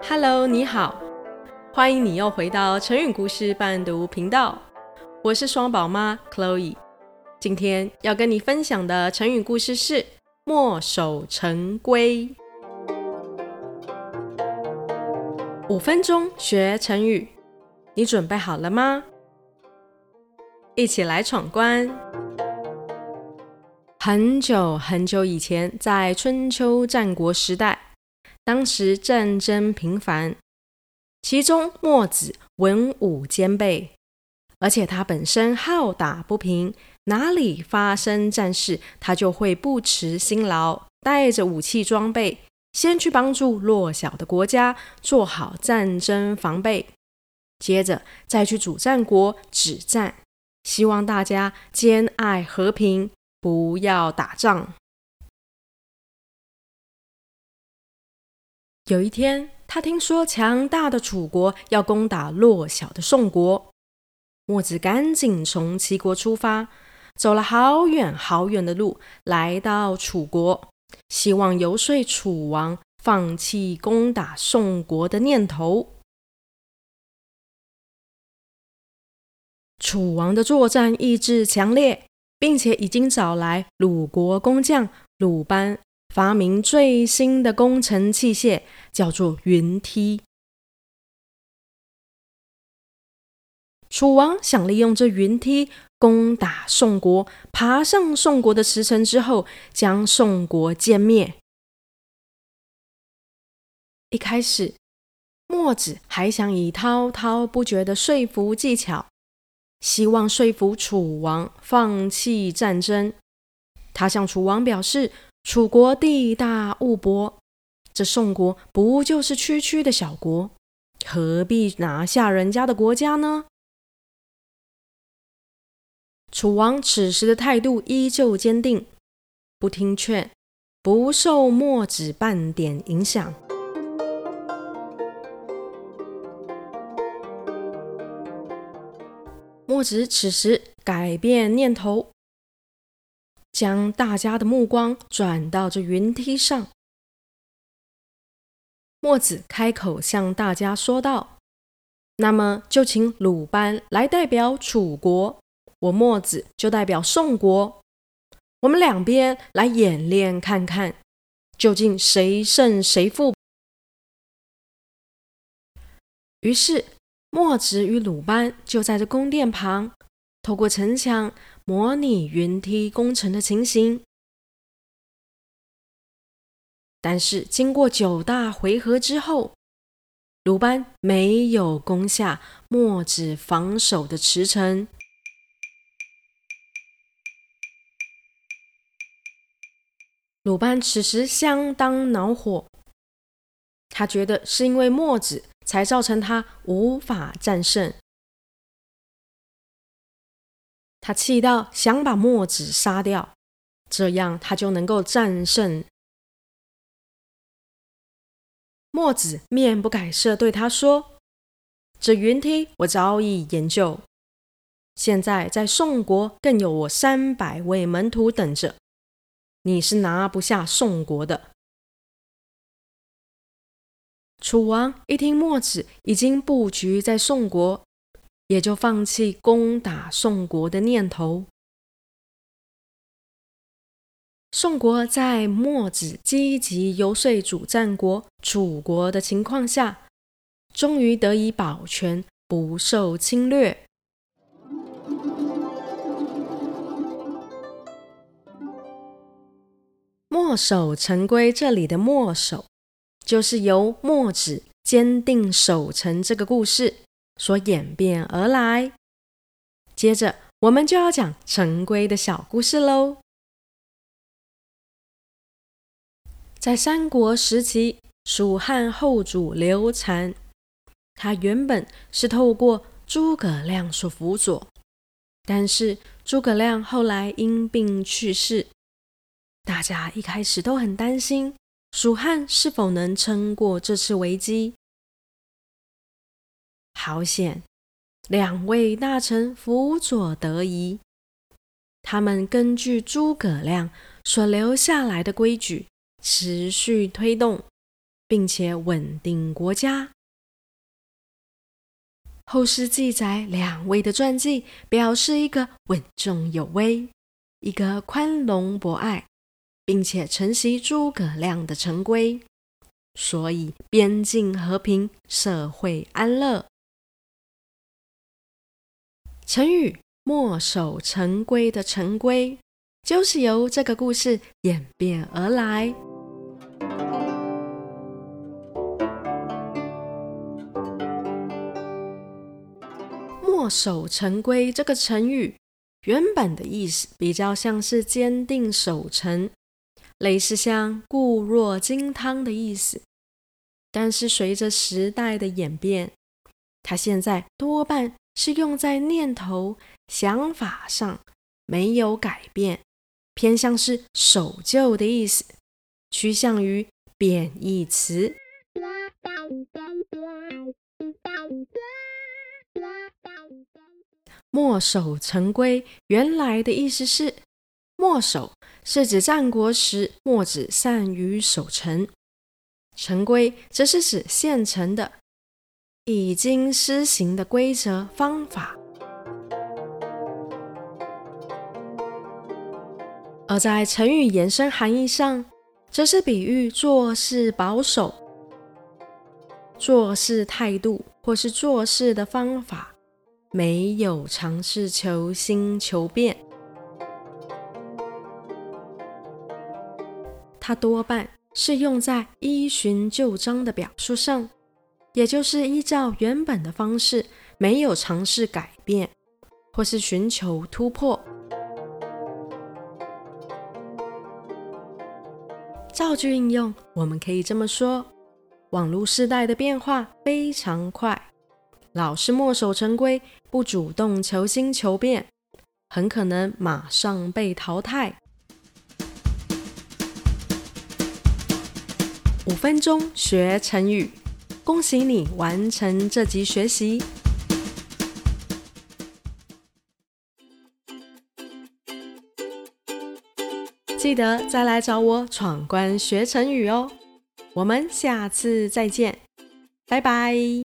Hello， 你好，欢迎你又回到成语故事伴读频道，我是双宝妈 Chloe。今天要跟你分享的成语故事是墨守成规。5分钟学成语，你准备好了吗？一起来闯关。很久很久以前，在春秋战国时代，当时战争频繁，其中墨子文武兼备，而且他本身好打不平，哪里发生战事，他就会不辞辛劳，带着武器装备，先去帮助弱小的国家做好战争防备，接着再去主战国止战，希望大家兼爱和平，不要打仗。有一天，他听说强大的楚国要攻打弱小的宋国，墨子赶紧从齐国出发，走了好远好远的路，来到楚国，希望游说楚王放弃攻打宋国的念头。楚王的作战意志强烈，并且已经找来鲁国工匠鲁班，发明最新的工程器械，叫做云梯。楚王想利用这云梯攻打宋国，爬上宋国的驰城之后，将宋国歼灭。一开始，墨子还想以滔滔不绝的说服技巧，希望说服楚王放弃战争。他向楚王表示，楚国地大物博，这宋国不就是区区的小国，何必拿下人家的国家呢？楚王此时的态度依旧坚定，不听劝，不受墨子半点影响。墨子此时改变念头，将大家的目光转到这云梯上。墨子开口向大家说道：那么就请鲁班来代表楚国，我墨子就代表宋国，我们两边来演练看看，究竟谁胜谁负。于是墨子与鲁班就在这宫殿旁，透过城墙模拟云梯工程的情形。但是经过9大回合之后，鲁班没有攻下墨子防守的驰城。鲁班此时相当恼火，他觉得是因为墨子才造成他无法战胜。他气到想把墨子杀掉，这样他就能够战胜。墨子面不改色对他说：这云梯我早已研究，现在在宋国更有我300位门徒等着，你是拿不下宋国的。楚王一听墨子已经布局在宋国，也就放弃攻打宋国的念头。宋国在墨子积极游说主战国楚国的情况下，终于得以保全，不受侵略。墨守成规，这里的墨守就是由墨子坚定守成这个故事所演变而来。接着我们就要讲成规的小故事咯。在三国时期，蜀汉后主刘禅，他原本是透过诸葛亮所辅佐，但是诸葛亮后来因病去世，大家一开始都很担心蜀汉是否能撑过这次危机。好险，2位大臣辅佐得宜，他们根据诸葛亮所留下来的规矩持续推动， 并且稳定国家。后世记载两位的传记，表示一个稳重有威，一个宽容博爱，并且承袭诸葛亮的成规，所以边境和平，社会安乐。成语墨守成规的成规，就是由这个故事演变而来。墨守成规这个成语原本的意思比较像是坚定守成，类似像固若金汤的意思，但是随着时代的演变，它现在多半是用在念头、想法上，没有改变，偏向是守旧的意思，趋向于贬义词。墨守成规原来的意思是，墨守是指战国时墨子善于守成，成规则是指现成的已经施行的规则方法。而在成语延伸含义上，则是比喻做事保守，做事态度或是做事的方法没有尝试求新求变，它多半是用在依循旧章的表述上，也就是依照原本的方式，没有尝试改变或是寻求突破。造句应用，我们可以这么说：网络时代的变化非常快，老是墨守成规，不主动求新求变，很可能马上被淘汰。5分钟学成语，恭喜你完成这集学习。记得再来找我闯关学成语哦。我们下次再见，拜拜。